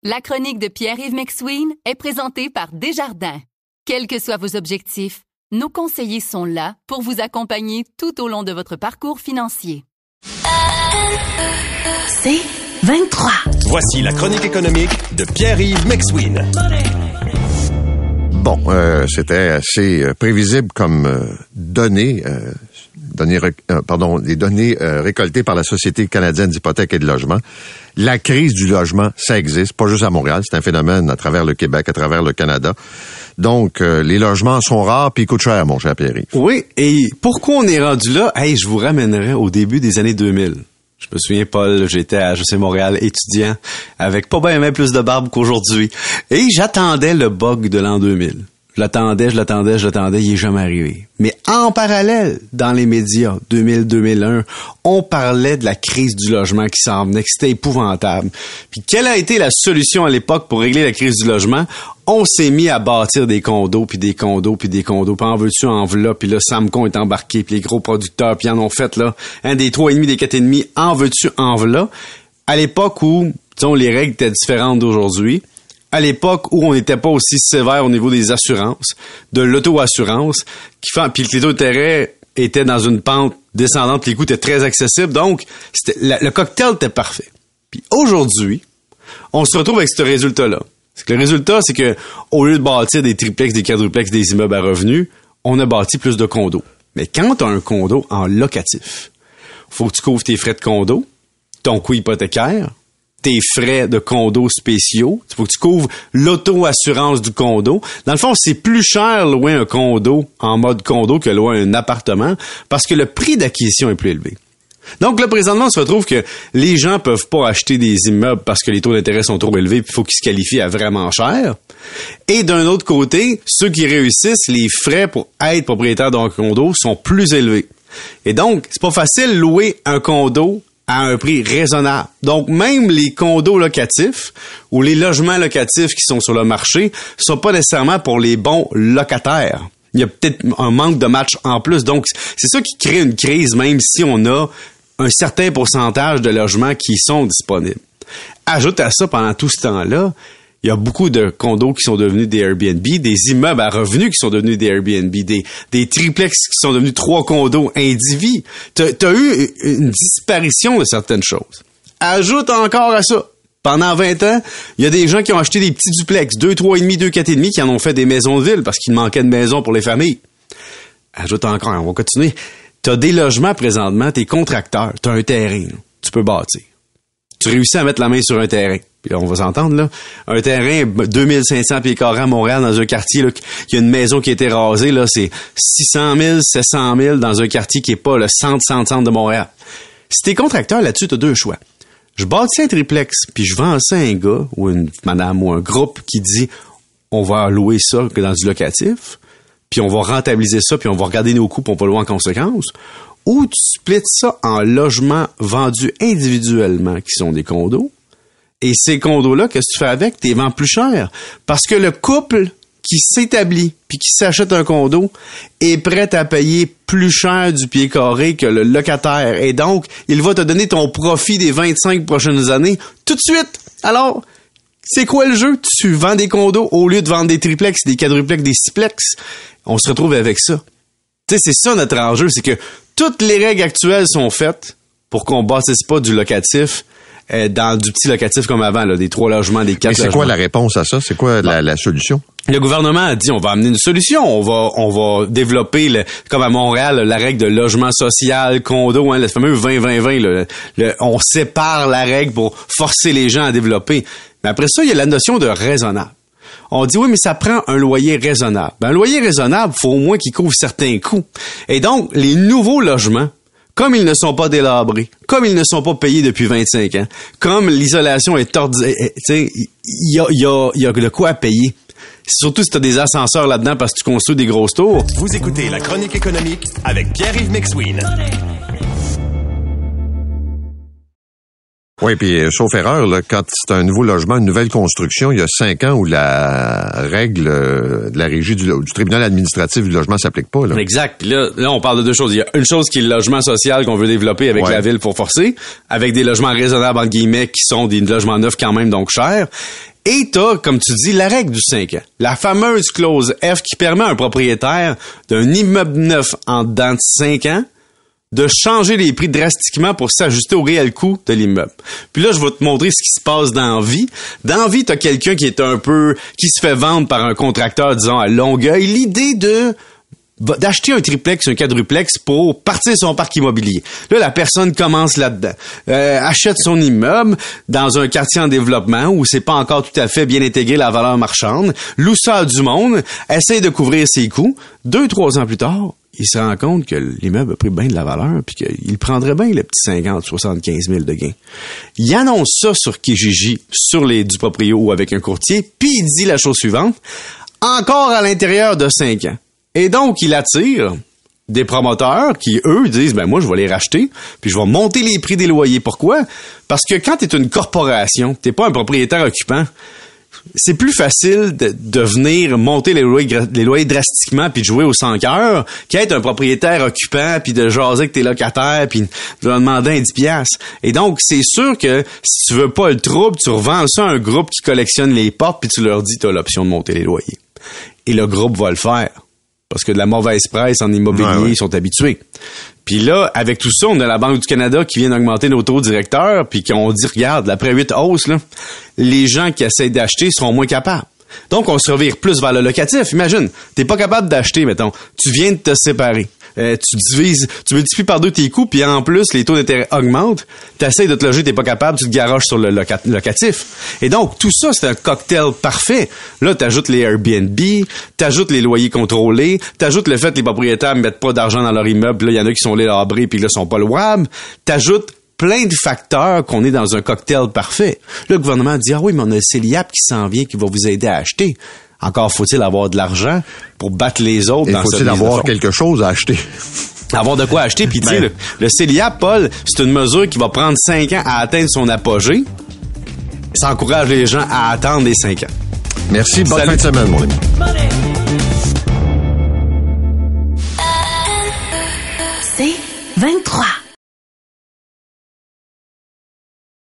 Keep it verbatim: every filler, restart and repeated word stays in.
La chronique de Pierre-Yves McSween est présentée par Desjardins. Quels que soient vos objectifs, nos conseillers sont là pour vous accompagner tout au long de votre parcours financier. C'est vingt-trois. Voici la chronique économique de Pierre-Yves McSween. Bon, euh, c'était assez euh, prévisible comme euh, données, euh, données euh, pardon, des données euh, récoltées par la Société canadienne d'hypothèques et de logement. La crise du logement, ça existe, pas juste à Montréal, c'est un phénomène à travers le Québec, à travers le Canada. Donc, euh, les logements sont rares puis ils coûtent cher, mon cher Pierre-Yves. Oui, et pourquoi on est rendu là? Hey, je vous ramènerai au début des années deux mille. Je me souviens, Paul, j'étais à H E C Montréal étudiant avec pas bien même plus de barbe qu'aujourd'hui. Et j'attendais le bug de l'an deux mille. Je l'attendais, je l'attendais, je l'attendais, il est jamais arrivé. Mais en parallèle, dans les médias, deux mille deux mille un, on parlait de la crise du logement qui s'en venait, que c'était épouvantable. Puis quelle a été la solution à l'époque pour régler la crise du logement? On s'est mis à bâtir des condos, puis des condos, puis des condos. Puis en veux-tu, en v'là, puis là, Samcon est embarqué, puis les gros producteurs, puis ils en ont fait, là, un des trois et demi, des quatre et demi, en veux-tu, en v'là. À l'époque où, disons, les règles étaient différentes d'aujourd'hui, à l'époque où on n'était pas aussi sévère au niveau des assurances, de l'auto-assurance, qui fait, puis les taux d'intérêt étaient dans une pente descendante, les coûts étaient très accessibles, donc c'était, la, le cocktail était parfait. Puis aujourd'hui, on se retrouve avec ce résultat-là. C'est que le résultat, c'est que au lieu de bâtir des triplex, des quadruplex, des immeubles à revenus, on a bâti plus de condos. Mais quand tu as un condo en locatif, faut que tu couvres tes frais de condo, ton coût hypothécaire, tes frais de condo spéciaux. Il faut que tu couvres l'auto-assurance du condo. Dans le fond, c'est plus cher louer un condo en mode condo que louer un appartement parce que le prix d'acquisition est plus élevé. Donc là, présentement, on se retrouve que les gens peuvent pas acheter des immeubles parce que les taux d'intérêt sont trop élevés puis il faut qu'ils se qualifient à vraiment cher. Et d'un autre côté, ceux qui réussissent, les frais pour être propriétaire d'un condo sont plus élevés. Et donc, c'est pas facile de louer un condo à un prix raisonnable. Donc, même les condos locatifs ou les logements locatifs qui sont sur le marché sont pas nécessairement pour les bons locataires. Il y a peut-être un manque de match en plus. Donc, c'est ça qui crée une crise, même si on a un certain pourcentage de logements qui sont disponibles. Ajoute à ça, pendant tout ce temps-là, il y a beaucoup de condos qui sont devenus des Airbnb, des immeubles à revenus qui sont devenus des Airbnb, des, des triplex qui sont devenus trois condos indivis. T'as, t'as eu une disparition de certaines choses. Ajoute encore à ça, pendant vingt ans, il y a des gens qui ont acheté des petits duplex, deux, trois et demi, deux, quatre et demi, qui en ont fait des maisons de ville parce qu'il manquait de maisons pour les familles. Ajoute encore, on va continuer. T'as des logements présentement, t'es contracteur, t'as un terrain, là, tu peux bâtir. Tu réussis à mettre la main sur un terrain. Puis là, on va s'entendre, là. Un terrain, deux mille cinq cents pieds carrés à Montréal, dans un quartier, là, qui a une maison qui a été rasée, là, c'est six cent mille, sept cent mille dans un quartier qui est pas le centre, centre, centre de Montréal. Si t'es contracteur là-dessus, t'as deux choix. Je bâtis un triplex, puis je vends ça à un gars, ou une madame, ou un groupe qui dit, on va louer ça que dans du locatif, puis on va rentabiliser ça, puis on va regarder nos coûts, puis on va louer en conséquence. Ou tu splits ça en logements vendus individuellement, qui sont des condos. Et ces condos-là, qu'est-ce que tu fais avec? Tu les vends plus cher. Parce que le couple qui s'établit puis qui s'achète un condo est prêt à payer plus cher du pied carré que le locataire. Et donc, il va te donner ton profit des vingt-cinq prochaines années tout de suite. Alors, c'est quoi le jeu? Tu vends des condos au lieu de vendre des triplex, des quadruplex, des sixplex. On se retrouve avec ça. Tu sais, c'est ça notre enjeu, c'est que toutes les règles actuelles sont faites pour qu'on bâtisse pas du locatif euh, dans du petit locatif comme avant, là, des trois logements, des quatre Mais c'est logements. quoi la réponse à ça? C'est quoi la, la solution? Le gouvernement a dit on va amener une solution, on va on va développer le, comme à Montréal la règle de logement social, condo, hein, le fameux vingt vingt vingt, le, le, on sépare la règle pour forcer les gens à développer. Mais après ça, il y a la notion de raisonnable. On dit oui, mais ça prend un loyer raisonnable. Ben, un loyer raisonnable, faut au moins qu'il couvre certains coûts. Et donc, les nouveaux logements, comme ils ne sont pas délabrés, comme ils ne sont pas payés depuis vingt-cinq ans, comme l'isolation est tordue, tu sais, il y a, il y a, il y a de quoi payer. Surtout si tu as des ascenseurs là-dedans parce que tu construis des grosses tours. Vous écoutez la chronique économique avec Pierre-Yves McSween. Oui, puis euh, sauf erreur, là, quand c'est un nouveau logement, une nouvelle construction, il y a cinq ans où la règle euh, de la régie du, du tribunal administratif du logement s'applique pas. Là. Exact. Puis là, là, on parle de deux choses. Il y a une chose qui est le logement social qu'on veut développer avec ouais. la ville pour forcer, avec des logements raisonnables, entre guillemets, qui sont des logements neufs quand même, donc chers. Et t'as, comme tu dis, la règle du cinq ans. La fameuse clause F qui permet à un propriétaire d'un immeuble neuf en dedans de cinq ans de changer les prix drastiquement pour s'ajuster au réel coût de l'immeuble. Puis là, je vais te montrer ce qui se passe dans la vie. Dans la vie, t'as quelqu'un qui est un peu, qui se fait vendre par un contracteur, disons, à Longueuil. L'idée de d'acheter un triplex, un quadruplex pour partir son parc immobilier. Là, la personne commence là-dedans. Euh, achète son immeuble dans un quartier en développement où c'est pas encore tout à fait bien intégré la valeur marchande, loue ça à du monde, essaye de couvrir ses coûts. Deux, trois ans plus tard, il se rend compte que l'immeuble a pris bien de la valeur puis qu'il prendrait bien le petit cinquante, soixante-quinze mille de gains. Il annonce ça sur Kijiji, sur les du proprio ou avec un courtier, puis il dit la chose suivante, encore à l'intérieur de cinq ans. Et donc, il attire des promoteurs qui, eux, disent, ben moi, je vais les racheter, puis je vais monter les prix des loyers. Pourquoi? Parce que quand t'es une corporation, t'es pas un propriétaire occupant, c'est plus facile de, de venir monter les loyers, les loyers drastiquement puis de jouer au sans-cœur qu'être un propriétaire occupant puis de jaser avec tes locataires puis de leur demander un dix piastres. Et donc, c'est sûr que si tu veux pas le trouble, tu revends ça à un groupe qui collectionne les portes puis tu leur dis, t'as l'option de monter les loyers. Et le groupe va le faire. Parce que de la mauvaise presse en immobilier, ouais, ouais. Ils sont habitués. Puis là, avec tout ça, on a la Banque du Canada qui vient d'augmenter nos taux directeurs, puis qu'on dit, regarde, après huit hausses, là, les gens qui essaient d'acheter seront moins capables. Donc, on se revire plus vers le locatif. Imagine, t'es pas capable d'acheter, mettons. Tu viens de te séparer. Euh, tu divises, tu multiplies par deux tes coûts, puis en plus, les taux d'intérêt augmentent. T'essayes de te loger, t'es pas capable, tu te garoches sur le loca- locatif. Et donc, tout ça, c'est un cocktail parfait. Là, t'ajoutes les Airbnb, t'ajoutes les loyers contrôlés, t'ajoutes le fait que les propriétaires mettent pas d'argent dans leur immeuble, là, il y en a qui sont labrés, puis là, sont pas louables. T'ajoutes plein de facteurs qu'on est dans un cocktail parfait. Là, le gouvernement dit, ah oui, mais on a le C E L I A P qui s'en vient, qui va vous aider à acheter. Encore faut-il avoir de l'argent pour battre les autres. Et dans faut-il avoir quelque chose à acheter? Avoir de quoi acheter. Puis tu sais, le, le C E L I A P, Paul, c'est une mesure qui va prendre cinq ans à atteindre son apogée. Ça encourage les gens à attendre les cinq ans. Merci. Bonne Salut. Fin de semaine, mon ami. C'est vingt-trois.